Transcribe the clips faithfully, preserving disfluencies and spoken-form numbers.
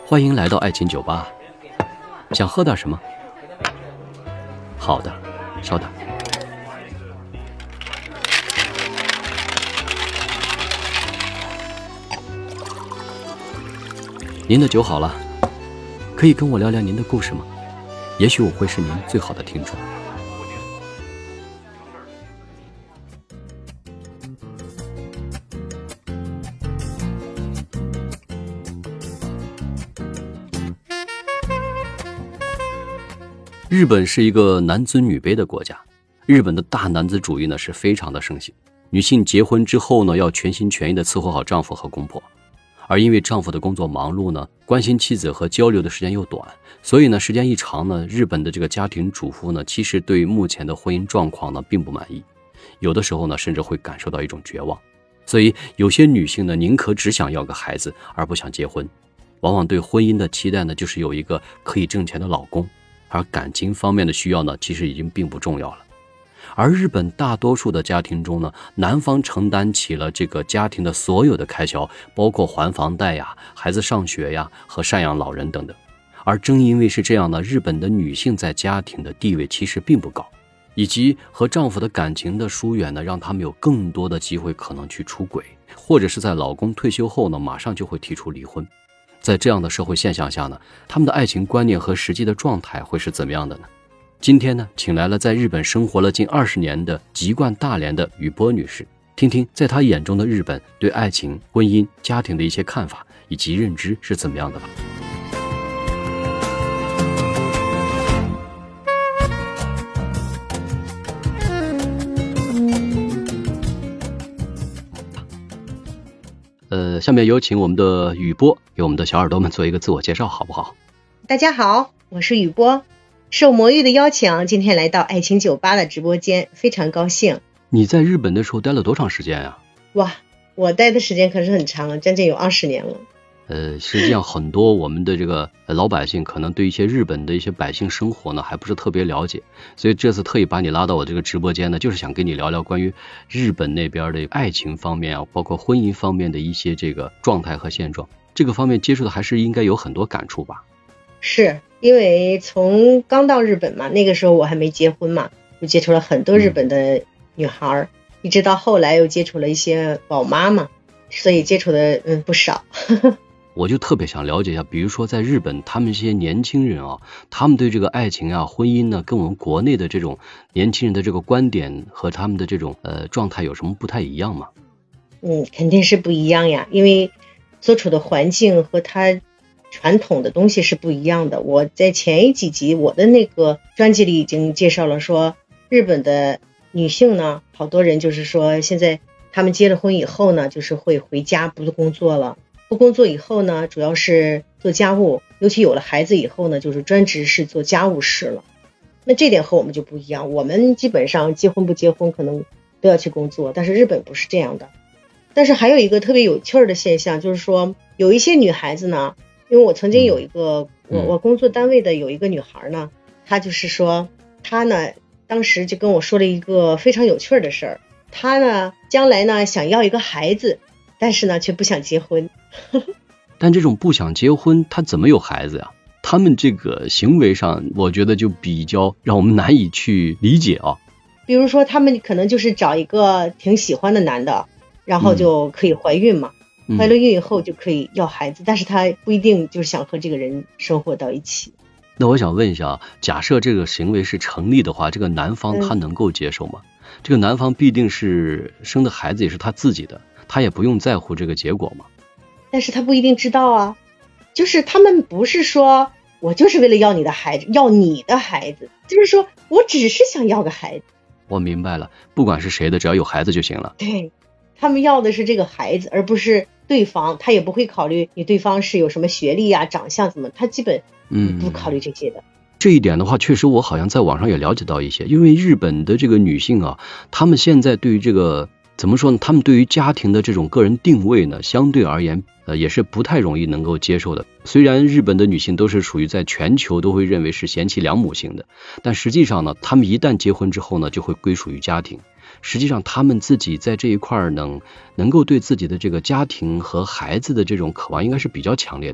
欢迎来到爱情酒吧，想喝点什么？好的，稍等。您的酒好了，可以跟我聊聊您的故事吗？也许我会是您最好的听众。日本是一个男尊女卑的国家，日本的大男子主义呢是非常的盛行。女性结婚之后呢，要全心全意的伺候好丈夫和公婆，而因为丈夫的工作忙碌呢，关心妻子和交流的时间又短，所以呢，时间一长呢，日本的这个家庭主妇呢，其实对目前的婚姻状况呢并不满意，有的时候呢，甚至会感受到一种绝望。所以有些女性呢，宁可只想要个孩子，而不想结婚，往往对婚姻的期待呢，就是有一个可以挣钱的老公。而感情方面的需要呢，其实已经并不重要了。而日本大多数的家庭中呢，男方承担起了这个家庭的所有的开销，包括还房贷呀、孩子上学呀和赡养老人等等。而正因为是这样呢，日本的女性在家庭的地位其实并不高，以及和丈夫的感情的疏远呢，让他们有更多的机会可能去出轨，或者是在老公退休后呢，马上就会提出离婚。在这样的社会现象下呢，他们的爱情观念和实际的状态会是怎么样的呢？今天呢，请来了在日本生活了近二十年的籍贯大连的宇波女士，听听在她眼中的日本对爱情、婚姻、家庭的一些看法以及认知是怎么样的吧。呃，下面有请我们的宇波给我们的小耳朵们做一个自我介绍，好不好？ 大家好，我是宇波，受魔芋的邀请，今天来到爱情酒吧的直播间，非常高兴。 你在日本的时候待了多长时间呀？ 哇，我待的时间可是很长了，将近有二十年了。 呃，实际上很多我们的这个老百姓可能对一些日本的一些百姓生活呢还不是特别了解，所以这次特意把你拉到我这个直播间呢，就是想跟你聊聊关于日本那边的爱情方面啊，包括婚姻方面的一些这个状态和现状。这个方面接触的还是应该有很多感触吧？ 是因为从刚到日本嘛，那个时候我还没结婚嘛，就接触了很多日本的女孩、嗯、一直到后来又接触了一些宝妈嘛，所以接触的嗯不少。 我就特别想了解一下，比如说在日本他们这些年轻人啊，他们对这个爱情啊、婚姻呢，跟我们国内的这种年轻人的这个观点和他们的这种呃状态有什么不太一样吗？ 嗯，肯定是不一样呀，因为所处的环境和他传统的东西是不一样的。我在前几集我的那个专辑里已经介绍了，说日本的女性呢，好多人就是说现在他们结了婚以后呢，就是会回家不工作了，不工作以后呢，主要是做家务，尤其有了孩子以后呢，就是专职是做家务事了。那这点和我们就不一样，我们基本上结婚不结婚可能都要去工作，但是日本不是这样的。但是还有一个特别有趣的现象，就是说有一些女孩子呢，因为我曾经有一个、嗯、我我工作单位的有一个女孩呢，她就是说她呢当时就跟我说了一个非常有趣的事儿，她呢将来呢想要一个孩子，但是呢却不想结婚。 但这种不想结婚他怎么有孩子呀？他们这个行为上我觉得就比较让我们难以去理解啊。 比如说他们可能就是找一个挺喜欢的男的，然后就可以怀孕嘛、嗯、怀了孕以后就可以要孩子、嗯、但是他不一定就是想和这个人生活到一起。 那我想问一下，假设这个行为是成立的话，这个男方他能够接受吗、嗯、这个男方必定是生的孩子也是他自己的，他也不用在乎这个结果吗？ 但是他不一定知道啊，就是他们不是说我就是为了要你的孩子，要你的孩子，就是说我只是想要个孩子。 我明白了，不管是谁的，只要有孩子就行了。 对，他们要的是这个孩子，而不是对方，他也不会考虑你对方是有什么学历啊、长相怎么，他基本不考虑这些的。 嗯，这一点的话，确实我好像在网上也了解到一些，因为日本的这个女性啊，她们现在对于这个怎么说呢？他们对于家庭的这种个人定位呢，相对而言，呃，也是不太容易能够接受的。虽然日本的女性都是属于在全球都会认为是贤妻良母型的，但实际上呢，她们一旦结婚之后呢，就会归属于家庭。实际上，她们自己在这一块能能够对自己的这个家庭和孩子的这种渴望，应该是比较强烈的。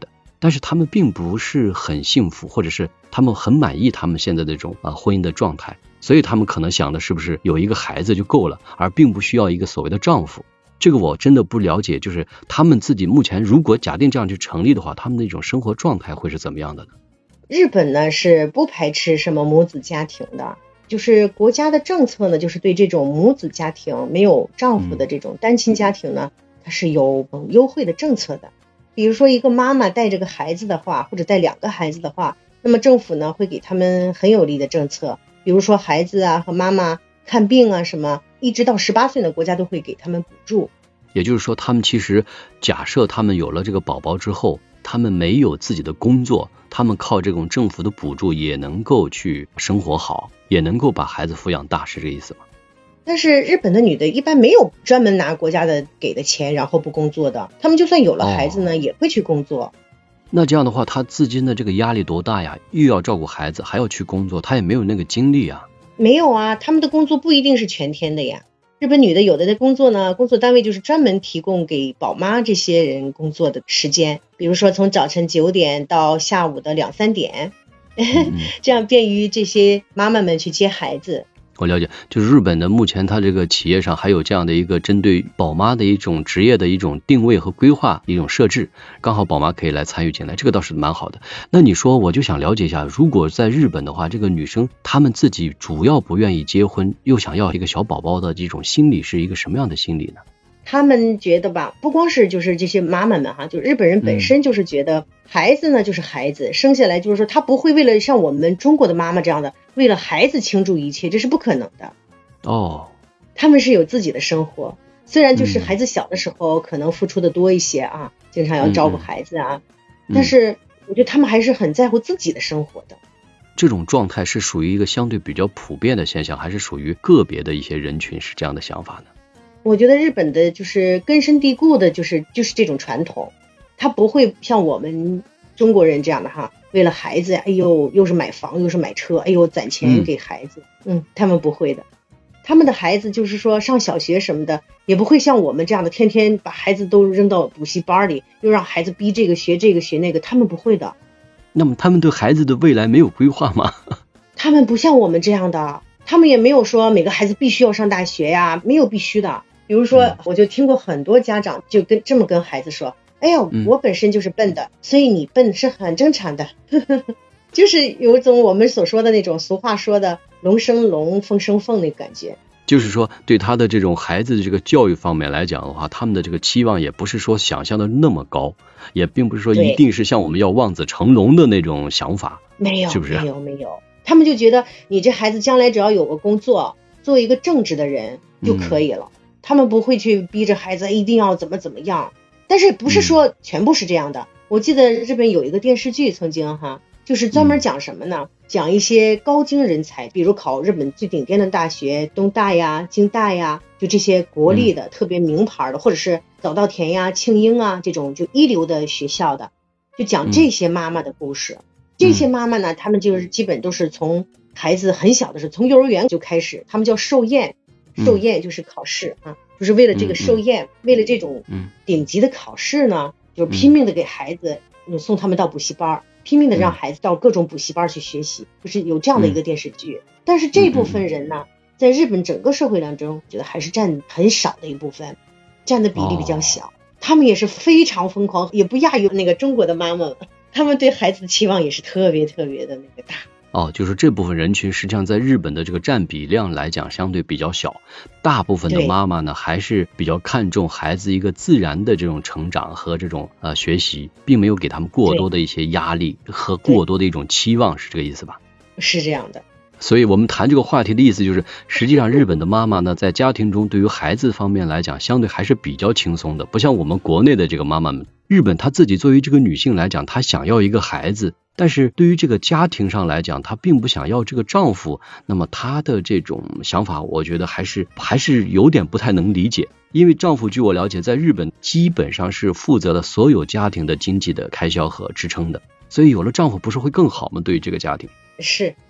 但是他们并不是很幸福，或者是他们很满意他们现在这种啊婚姻的状态，所以他们可能想的是不是有一个孩子就够了，而并不需要一个所谓的丈夫。这个我真的不了解，就是他们自己目前如果假定这样去成立的话，他们的一种生活状态会是怎么样的呢？ 日本呢是不排斥什么母子家庭的，就是国家的政策呢，就是对这种母子家庭没有丈夫的这种单亲家庭呢，它是有优惠的政策的。比如说一个妈妈带着个孩子的话，或者带两个孩子的话，那么政府呢会给他们很有利的政策，比如说孩子啊和妈妈看病啊什么，一直到十八岁的国家都会给他们补助。 也就是说，他们其实假设他们有了这个宝宝之后，他们没有自己的工作，他们靠这种政府的补助也能够去生活好，也能够把孩子抚养大，是这个意思吗？ 但是日本的女的一般没有专门拿国家的给的钱然后不工作的，他们就算有了孩子呢、哦、也会去工作。 那这样的话，他自身的这个压力多大呀？又要照顾孩子，还要去工作，他也没有那个精力啊。 没有啊，他们的工作不一定是全天的呀。日本女的有的的工作呢，工作单位就是专门提供给宝妈这些人工作的时间，比如说从早晨九点到下午的两三点，嗯、这样便于这些妈妈们去接孩子。 我了解，就是日本的目前它这个企业上还有这样的一个针对宝妈的一种职业的一种定位和规划一种设置，刚好宝妈可以来参与进来，这个倒是蛮好的。那你说我就想了解一下，如果在日本的话，这个女生她们自己主要不愿意结婚，又想要一个小宝宝的这种心理是一个什么样的心理呢？ 他们觉得吧，不光是就是这些妈妈们哈，就日本人本身就是觉得孩子呢就是孩子，嗯、生下来就是说他不会为了像我们中国的妈妈这样的为了孩子倾注一切，这是不可能的。 哦， 他们是有自己的生活，虽然就是孩子小的时候可能付出的多一些啊，嗯、经常要照顾孩子啊，嗯、但是我觉得他们还是很在乎自己的生活的。 这种状态是属于一个相对比较普遍的现象，还是属于个别的一些人群是这样的想法呢？ 我觉得日本的就是根深蒂固的就是就是这种传统，他不会像我们中国人这样的哈，为了孩子哎呦又是买房又是买车，哎呦攒钱给孩子， 嗯, 嗯他们不会的。他们的孩子就是说上小学什么的也不会像我们这样的天天把孩子都扔到补习班里，又让孩子逼这个学这个学那个，他们不会的。 那么他们对孩子的未来没有规划吗？ 他们不像我们这样的，他们也没有说每个孩子必须要上大学呀，没有必须的。比如说我就听过很多家长就跟这么跟孩子说，哎呀我本身就是笨的，所以你笨是很正常的就是有一种我们所说的那种俗话说的龙生龙凤生凤的感觉。 就是说对他的这种孩子的这个教育方面来讲的话，他们的这个期望也不是说想象的那么高，也并不是说一定是像我们要望子成龙的那种想法， 没有， 是不是？ 没有没有，他们就觉得你这孩子将来只要有个工作，做一个正直的人就可以了、嗯、他们不会去逼着孩子一定要怎么怎么样。但是不是说全部是这样的、嗯、我记得日本有一个电视剧曾经哈，就是专门讲什么呢、嗯、讲一些高精人才，比如考日本最顶尖的大学东大呀京大呀，就这些国立的、嗯、特别名牌的，或者是早稻田呀庆应啊这种就一流的学校的，就讲这些妈妈的故事、嗯、这些妈妈呢他们就是基本都是从孩子很小的时候从幼儿园就开始，他们叫寿宴，寿宴就是考试、嗯、啊，就是为了这个寿宴、嗯、为了这种顶级的考试呢，就是拼命的给孩子、嗯、送他们到补习班，拼命的让孩子到各种补习班去学习、嗯、就是有这样的一个电视剧、嗯、但是这部分人呢、嗯、在日本整个社会当中觉得还是占很少的一部分，占的比例比较小、哦、他们也是非常疯狂，也不亚于那个中国的妈妈，他们对孩子的期望也是特别特别的那个大。 哦，就是这部分人群实际上在日本的这个占比量来讲相对比较小，大部分的妈妈呢还是比较看重孩子一个自然的这种成长和这种呃学习，并没有给他们过多的一些压力和过多的一种期望，是这个意思吧？ 是这样的。 所以我们谈这个话题的意思就是，实际上日本的妈妈呢在家庭中对于孩子方面来讲相对还是比较轻松的，不像我们国内的这个妈妈们。日本她自己作为这个女性来讲，她想要一个孩子，但是对于这个家庭上来讲，她并不想要这个丈夫，那么她的这种想法我觉得还是还是有点不太能理解。因为丈夫据我了解在日本基本上是负责了所有家庭的经济的开销和支撑的，所以有了丈夫不是会更好吗？对于这个家庭。 是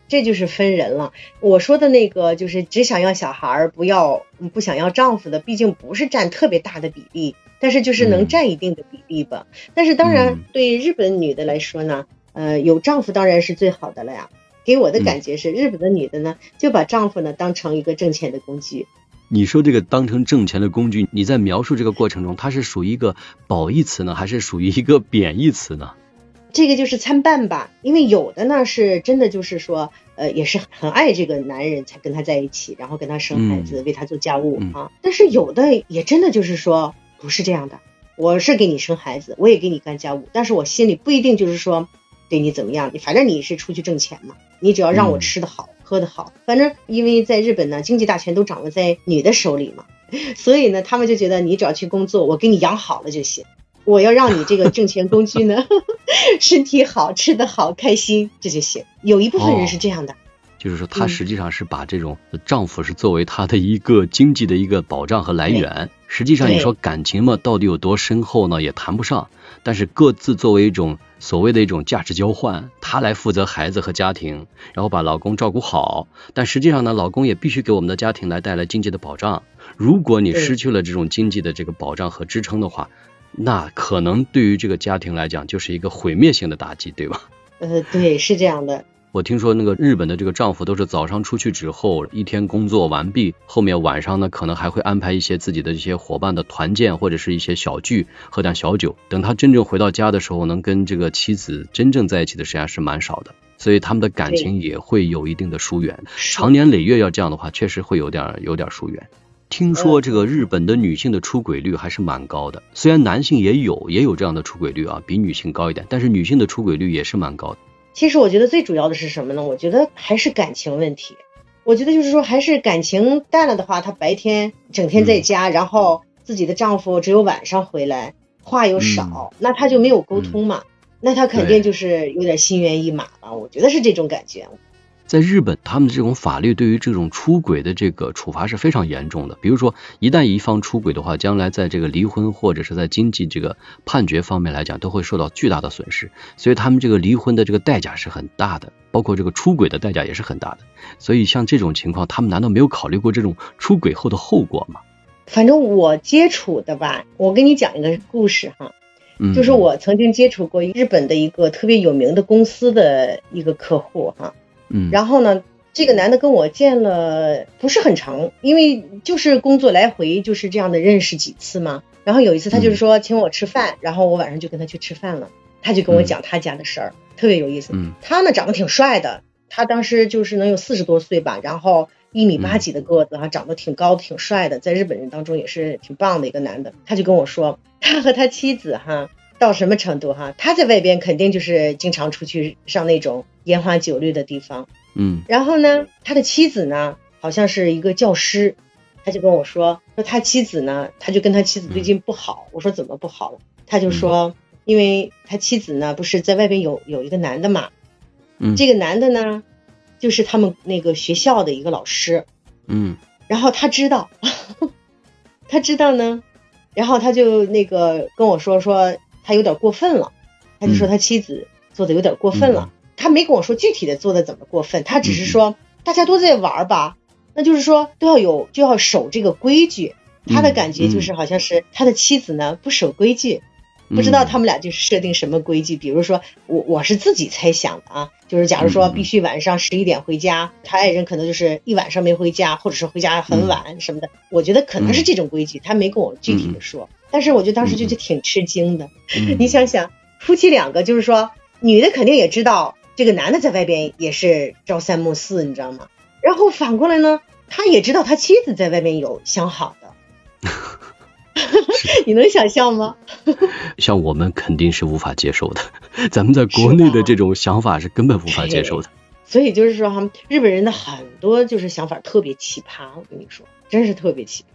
这就是分人了。我说的那个就是只想要小孩不要不想要丈夫的，毕竟不是占特别大的比例，但是就是能占一定的比例吧。嗯、但是当然对日本女的来说呢，呃，有丈夫当然是最好的了呀。给我的感觉是，日本的女的呢，就把丈夫呢当成一个挣钱的工具。 你说这个当成挣钱的工具，你在描述这个过程中，它是属于一个褒义词呢，还是属于一个贬义词呢？ 这个就是参半吧，因为有的呢是真的就是说，呃，也是很爱这个男人才跟他在一起，然后跟他生孩子，嗯、为他做家务、嗯、啊。但是有的也真的就是说不是这样的，我是给你生孩子，我也给你干家务，但是我心里不一定就是说对你怎么样，反正你是出去挣钱嘛，你只要让我吃得好、嗯、喝得好，反正因为在日本呢，经济大权都掌握在女的手里嘛，所以呢，他们就觉得你只要去工作，我给你养好了就行。我要让你这个挣钱工具呢身体好，吃得好，开心，这就行。有一部分人是这样的、哦、 就是说她实际上是把这种丈夫是作为她的一个经济的一个保障和来源。实际上你说感情嘛，到底有多深厚呢，也谈不上，但是各自作为一种所谓的一种价值交换，她来负责孩子和家庭，然后把老公照顾好，但实际上呢，老公也必须给我们的家庭来带来经济的保障。如果你失去了这种经济的这个保障和支撑的话，那可能对于这个家庭来讲就是一个毁灭性的打击，对吧？ 呃，对，是这样的。 我听说那个日本的这个丈夫都是早上出去之后，一天工作完毕，后面晚上呢可能还会安排一些自己的一些伙伴的团建或者是一些小聚，喝点小酒。等他真正回到家的时候，能跟这个妻子真正在一起的时间是蛮少的，所以他们的感情也会有一定的疏远。长年累月要这样的话，确实会有点有点疏远。听说这个日本的女性的出轨率还是蛮高的，虽然男性也有也有这样的出轨率啊，比女性高一点，但是女性的出轨率也是蛮高的。 其实我觉得最主要的是什么呢？我觉得还是感情问题。我觉得就是说还是感情淡了的话，她白天整天在家、嗯、然后自己的丈夫只有晚上回来，话又少、嗯、那她就没有沟通嘛、嗯、那她肯定就是有点心猿意马了，我觉得是这种感觉。 在日本，他们这种法律对于这种出轨的这个处罚是非常严重的。比如说，一旦一方出轨的话，将来在这个离婚或者是在经济这个判决方面来讲，都会受到巨大的损失。所以他们这个离婚的这个代价是很大的，包括这个出轨的代价也是很大的。所以像这种情况，他们难道没有考虑过这种出轨后的后果吗？ 反正我接触的吧，我跟你讲一个故事哈。嗯，就是我曾经接触过日本的一个特别有名的公司的一个客户哈。嗯，然后呢，这个男的跟我见了不是很长，因为就是工作来回就是这样的认识几次嘛。然后有一次他就是说请我吃饭、嗯、然后我晚上就跟他去吃饭了，他就跟我讲他家的事儿、嗯、特别有意思。嗯，他呢长得挺帅的，他当时就是能有四十多岁吧，然后一米八几的个子，哈，长得挺高挺帅的，在日本人当中也是挺棒的一个男的。他就跟我说他和他妻子哈到什么程度哈，他在外边肯定就是经常出去上那种烟花酒绿的地方，嗯，然后呢他的妻子呢好像是一个教师，他就跟我说说他妻子呢，他就跟他妻子最近不好、嗯、我说怎么不好了，他就说、嗯、因为他妻子呢不是在外边有有一个男的嘛，嗯，这个男的呢就是他们那个学校的一个老师，嗯，然后他知道他知道呢，然后他就那个跟我说说他有点过分了，他就说他妻子做的有点过分了、嗯、他没跟我说具体的做的怎么过分，他只是说、嗯、大家都在玩吧，那就是说都要有就要守这个规矩，他的感觉就是好像是他的妻子呢不守规矩、嗯、不知道他们俩就是设定什么规矩，比如说我我是自己猜想的啊，就是假如说必须晚上十一点回家、嗯、他爱人可能就是一晚上没回家，或者是回家很晚什么的、嗯、我觉得可能是这种规矩、嗯、他没跟我具体的说、嗯，但是我就当时就就挺吃惊的、嗯、你想想夫妻两个就是说女的肯定也知道这个男的在外边也是朝三暮四你知道吗，然后反过来呢他也知道他妻子在外面有相好的你能想象吗像我们肯定是无法接受的，咱们在国内的这种想法是根本无法接受的， 所以就是说哈，日本人的很多就是想法特别奇葩，我跟你说真是特别奇葩。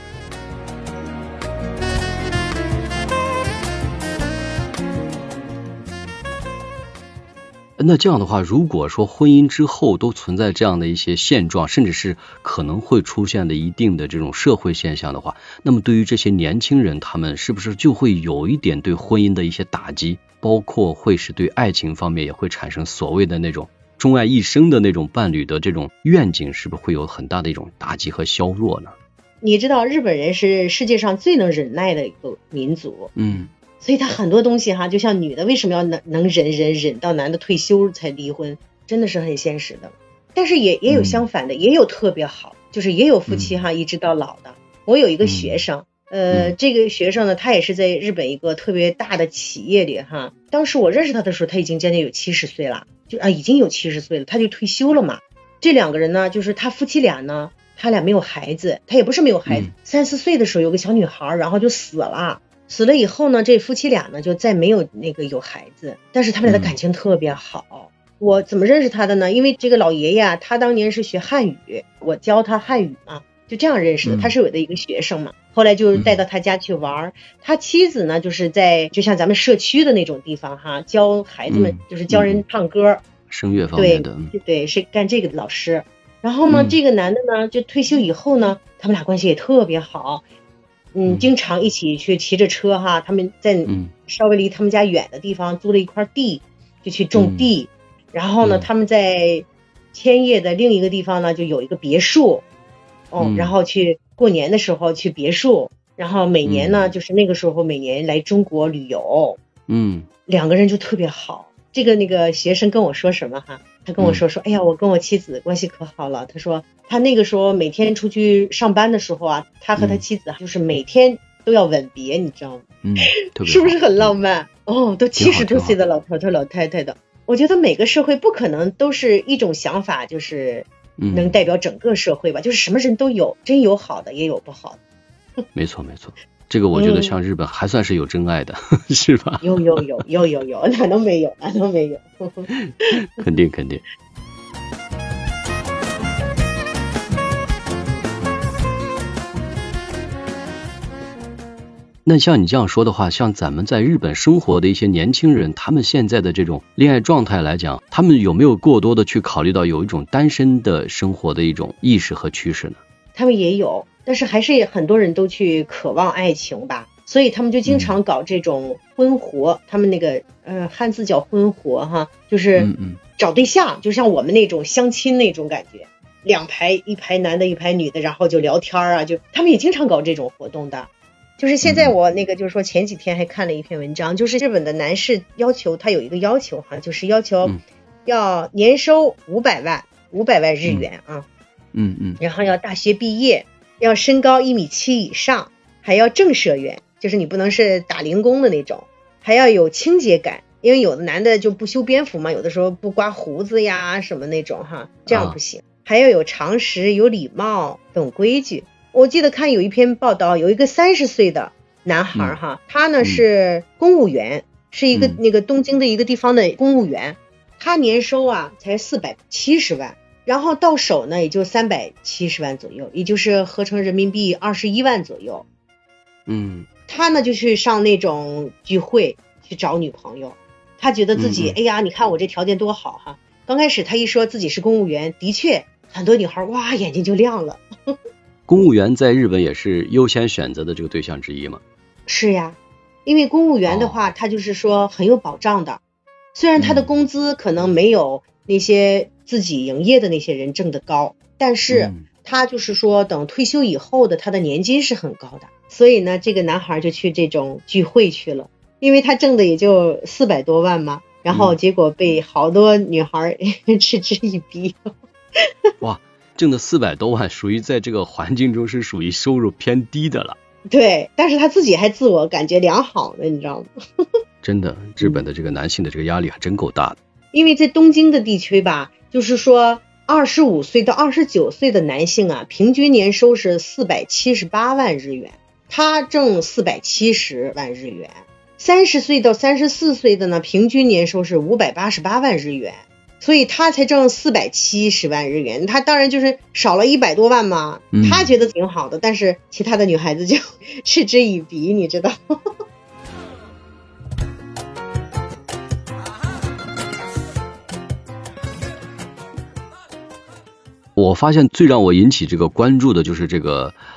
那这样的话，如果说婚姻之后都存在这样的一些现状，甚至是可能会出现的一定的这种社会现象的话，那么对于这些年轻人，他们是不是就会有一点对婚姻的一些打击，包括会是对爱情方面也会产生所谓的那种钟爱一生的那种伴侣的这种愿景，是不是会有很大的一种打击和削弱呢？ 你知道日本人是世界上最能忍耐的一个民族， 嗯， 所以他很多东西哈，就像女的为什么要能能忍忍忍到男的退休才离婚，真的是很现实的。但是也也有相反的，嗯、也有特别好，就是也有夫妻哈、嗯、一直到老的。我有一个学生，嗯、呃、嗯，这个学生呢，他也是在日本一个特别大的企业里哈。当时我认识他的时候，他已经将近有七十岁了，就啊已经有七十岁了，他就退休了嘛。这两个人呢，就是他夫妻俩呢。他俩没有孩子，他也不是没有孩子，三四岁的时候有个小女孩，然后就死了。死了以后呢，这夫妻俩呢就再没有那个有孩子，但是他们俩的感情特别好。嗯、我怎么认识他的呢？因为这个老爷爷啊，他当年是学汉语，我教他汉语嘛，就这样认识的。他是我的一个学生嘛，后来就带到他家去玩。他妻子呢，就是在就像咱们社区的那种地方哈，教孩子们，嗯、就是教人唱歌，嗯、 声乐方面的， 对对，是干这个的老师。然后呢、嗯、这个男的呢就退休以后呢，他们俩关系也特别好，嗯，嗯经常一起去骑着车哈，他们在稍微离他们家远的地方租了一块地，就去种地、嗯、然后呢、嗯、他们在千叶的另一个地方呢就有一个别墅哦、嗯，然后去过年的时候去别墅，然后每年呢、嗯、就是那个时候每年来中国旅游，嗯，两个人就特别好。这个那个学生跟我说什么哈，他跟我说说，哎呀，我跟我妻子关系可好了。他说他那个时候每天出去上班的时候啊，他和他妻子就是每天都要吻别，你知道吗？嗯，是不是很浪漫？哦，都七十多岁的老头头老太太的。我觉得每个社会不可能都是一种想法，就是能代表整个社会吧，就是什么人都有，真有好的，也有不好的。 没错，没错。这个我觉得像日本还算是有真爱的，嗯、是吧？ 有有有有有有，哪能没有？哪能没有？ 肯定肯定。那像你这样说的话，像咱们在日本生活的一些年轻人，他们现在的这种恋爱状态来讲，他们有没有过多的去考虑到有一种单身的生活的一种意识和趋势呢？ 他们也有。但是还是很多人都去渴望爱情吧，所以他们就经常搞这种婚活，嗯、他们那个呃汉字叫婚活哈，就是找对象，嗯嗯就像我们那种相亲那种感觉，两排一排男的一排女的，然后就聊天啊，就他们也经常搞这种活动的。就是现在我那个就是说前几天还看了一篇文章，就是日本的男士要求他有一个要求哈，就是要求要年收五百万五百万日元啊，嗯嗯，然后要大学毕业。要身高一米七以上，还要正社员，就是你不能是打零工的那种，还要有清洁感，因为有的男的就不修边幅嘛，有的时候不刮胡子呀什么那种哈，这样不行。啊、还要有常识、有礼貌、懂规矩。我记得看有一篇报道，有一个三十岁的男孩哈，嗯、他呢是公务员，嗯、是一个那个东京的一个地方的公务员，他年收啊才四百七十万。然后到手呢也就三百七十万左右，也就是合成人民币二十一万左右。嗯，他呢就去上那种聚会去找女朋友，他觉得自己、嗯、哎呀你看我这条件多好哈。刚开始他一说自己是公务员，的确很多女孩哇眼睛就亮了。 公务员在日本也是优先选择的这个对象之一吗？ 是呀，因为公务员的话、哦、他就是说很有保障的，虽然他的工资可能没有那些自己营业的那些人挣得高，但是他就是说等退休以后的他的年金是很高的，所以呢这个男孩就去这种聚会去了，因为他挣的也就四百多万嘛，然后结果被好多女孩嗤之以鼻。 哇，挣的四百多万属于在这个环境中是属于收入偏低的了。 对，但是他自己还自我感觉良好呢，你知道吗？ 真的，日本的这个男性的这个压力还真够大的。 因为在东京的地区吧，就是说二十五岁到二十九岁的男性啊，平均年收是四百七十八万日元，他挣四百七十万日元。三十岁到三十四岁的呢，平均年收是五百八十八万日元，所以他才挣四百七十万日元，他当然就是少了一百多万嘛，他觉得挺好的，嗯、但是其他的女孩子就嗤之以鼻，你知道。 我发现最让我引起这个关注的就是这个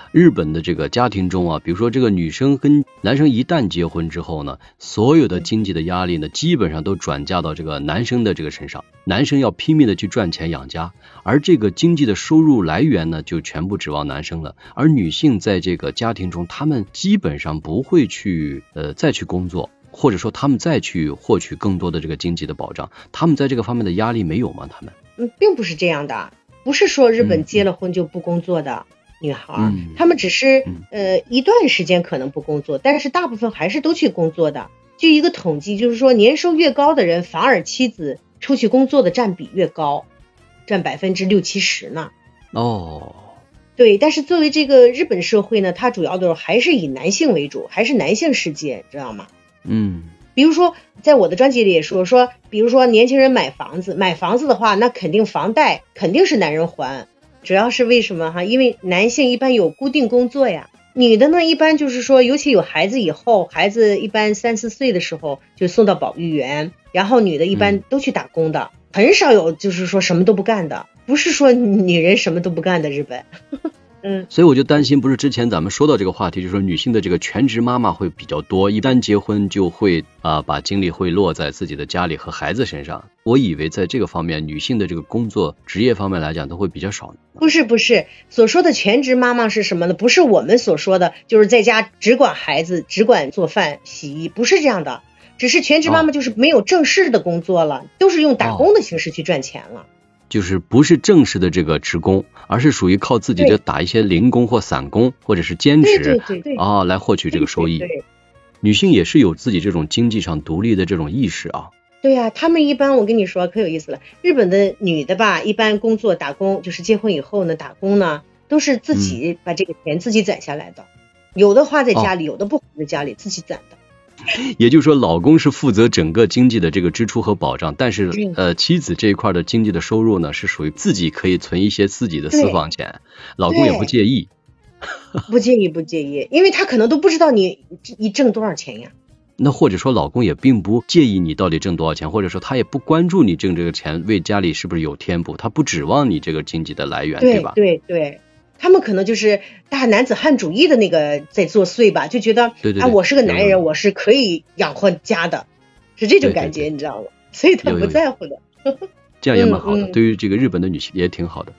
日本的这个家庭中啊，比如说这个女生跟男生一旦结婚之后呢，所有的经济的压力呢，基本上都转嫁到这个男生的这个身上，男生要拼命的去赚钱养家，而这个经济的收入来源呢，就全部指望男生了。而女性在这个家庭中，她们基本上不会去呃再去工作，或者说他们再去获取更多的这个经济的保障，他们在这个方面的压力没有吗？他们嗯，并不是这样的，不是说日本结了婚就不工作的。嗯女孩，嗯，她们只是呃一段时间可能不工作，但是大部分还是都去工作的。就一个统计，就是说年收越高的人，反而妻子出去工作的占比越高，占百分之六七十呢。 哦， 对，但是作为这个日本社会呢，它主要的还是以男性为主，还是男性世界，知道吗？ 嗯， 比如说在我的专辑里也说说，比如说年轻人买房子，买房子的话，那肯定房贷肯定是男人还。主要是为什么哈？因为男性一般有固定工作呀，女的呢一般就是说，尤其有孩子以后，孩子一般三四岁的时候就送到保育园，然后女的一般都去打工的，嗯、很少有就是说什么都不干的，不是说女人什么都不干的日本。嗯， 所以我就担心，不是之前咱们说到这个话题，就是说女性的这个全职妈妈会比较多，一旦结婚就会啊、呃、把精力会落在自己的家里和孩子身上。我以为在这个方面，女性的这个工作职业方面来讲都会比较少。 不是不是，所说的全职妈妈是什么呢？不是我们所说的就是在家只管孩子，只管做饭洗衣，不是这样的。只是全职妈妈就是没有正式的工作了，哦、都是用打工的形式去赚钱了。 就是不是正式的这个职工，而是属于靠自己的打一些零工或散工或者是兼职， 对对对对啊来获取这个收益。 对对对， 女性也是有自己这种经济上独立的这种意识啊。 对呀、啊，他们一般我跟你说可有意思了，日本的女的吧，一般工作打工就是结婚以后呢，打工呢都是自己把这个钱自己攒下来的，嗯、有的花在家里，哦、有的不花在家里，自己攒的。 也就是说，老公是负责整个经济的这个支出和保障，但是呃，妻子这一块的经济的收入呢，是属于自己可以存一些自己的私房钱，老公也不介意。 不介意不介意，因为他可能都不知道你你挣多少钱呀。 那或者说老公也并不介意你到底挣多少钱，或者说他也不关注你挣这个钱为家里是不是有添补，他不指望你这个经济的来源， 对, 对吧？ 对对，他们可能就是大男子汉主义的那个在作祟吧，就觉得对对对啊，我是个男人，我是可以养活家的，是这种感觉，对对对，你知道吗？所以他不在乎的。 有有有这样也蛮好的、 嗯嗯， 对于这个日本的女性也挺好的。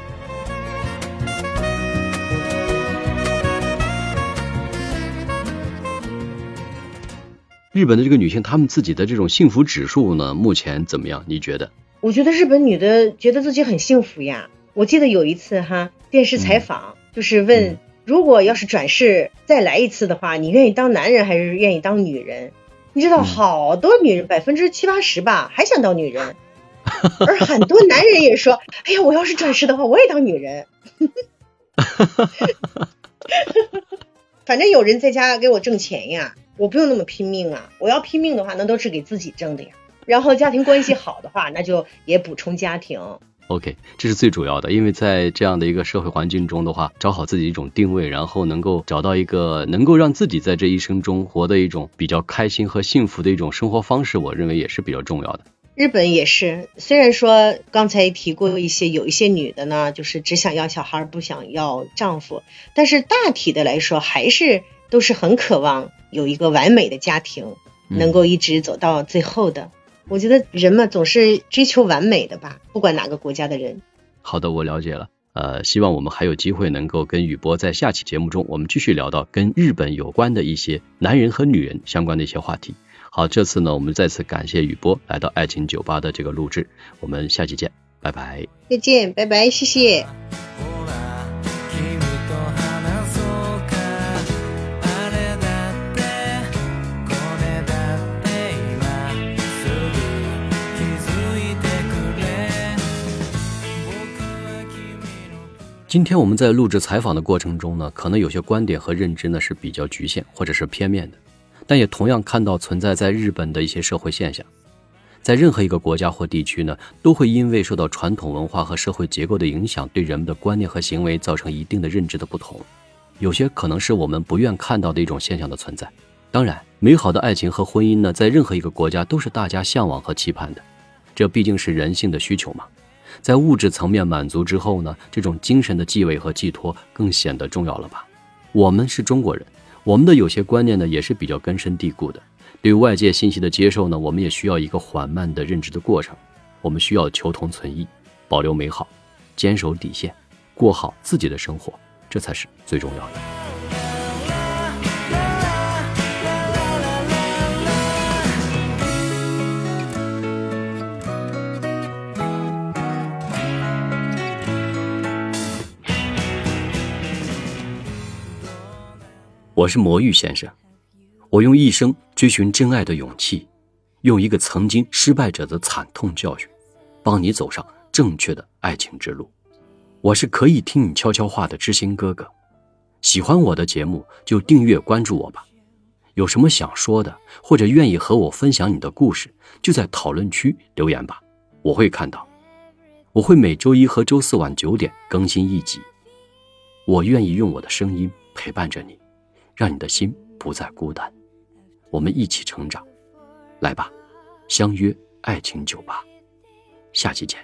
日本的这个女性，她们自己的这种幸福指数呢，目前怎么样？你觉得？ 我觉得日本女的觉得自己很幸福呀。我记得有一次哈，电视采访、嗯、就是问、嗯，如果要是转世再来一次的话，你愿意当男人还是愿意当女人？你知道，嗯、好多女人百分之七八十吧，还想当女人，而很多男人也说，哎呀，我要是转世的话，我也当女人。反正有人在家给我挣钱呀，我不用那么拼命啊！我要拼命的话，那都是给自己挣的呀。然后家庭关系好的话，那就也补充家庭。 OK， 这是最主要的，因为在这样的一个社会环境中的话，找好自己一种定位，然后能够找到一个能够让自己在这一生中活的一种比较开心和幸福的一种生活方式，我认为也是比较重要的。 日本也是，虽然说刚才提过一些，有一些女的呢，就是只想要小孩，不想要丈夫，但是大体的来说，还是都是很渴望有一个完美的家庭，能够一直走到最后的。嗯，我觉得人嘛，总是追求完美的吧，不管哪个国家的人。 好的，我了解了。呃，希望我们还有机会能够跟宇波在下期节目中，我们继续聊到跟日本有关的一些男人和女人相关的一些话题。好，这次呢，我们再次感谢宇波来到爱情酒吧的这个录制，我们下期见，拜拜。 再见，拜拜，谢谢。 今天我们在录制采访的过程中呢，可能有些观点和认知呢是比较局限或者是片面的，但也同样看到存在在日本的一些社会现象。在任何一个国家或地区呢，都会因为受到传统文化和社会结构的影响，对人们的观念和行为造成一定的认知的不同。有些可能是我们不愿看到的一种现象的存在。当然，美好的爱情和婚姻呢，在任何一个国家都是大家向往和期盼的，这毕竟是人性的需求嘛。 在物质层面满足之后呢，这种精神的继位和寄托更显得重要了吧。我们是中国人，我们的有些观念呢也是比较根深蒂固的，对外界信息的接受呢，我们也需要一个缓慢的认知的过程。我们需要求同存异，保留美好，坚守底线，过好自己的生活，这才是最重要的。我是魔芋先生，我用一生追寻真爱的勇气，用一个曾经失败者的惨痛教训，帮你走上正确的爱情之路。我是可以听你悄悄话的知心哥哥，喜欢我的节目就订阅关注我吧。有什么想说的，或者愿意和我分享你的故事，就在讨论区留言吧，我会看到。我会每周一和周四晚九点更新一集。我愿意用我的声音陪伴着你，让你的心不再孤单，我们一起成长。来吧，相约爱情酒吧，下期见。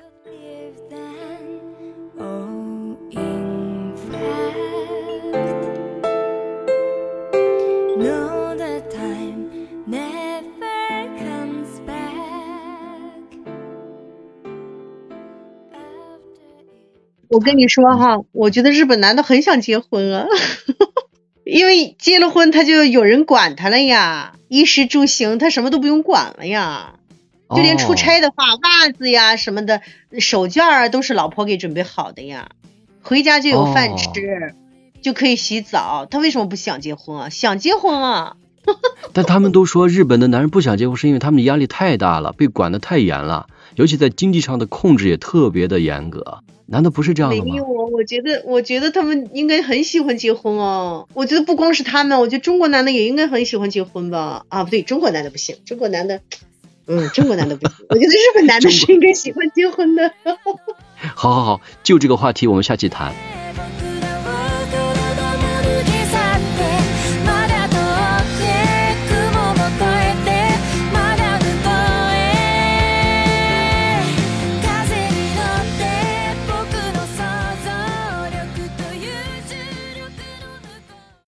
我跟你说哈，我觉得日本男的很想结婚啊，因为结了婚他就有人管他了呀，衣食住行他什么都不用管了呀，就连出差的话，袜子呀什么的，手绢啊都是老婆给准备好的呀，回家就有饭吃，哦，就可以洗澡。他为什么不想结婚啊？想结婚啊。 但他们都说日本的男人不想结婚是因为他们的压力太大了，被管得太严了，尤其在经济上的控制也特别的严格。难道不是这样的吗？ 没有，我觉得我觉得他们应该很喜欢结婚哦。我觉得不光是他们，我觉得中国男的也应该很喜欢结婚吧。啊，不对，中国男的不行，中国男的嗯，中国男的不行。我觉得日本男的是应该喜欢结婚的。 好好好，就这个话题我们下期谈。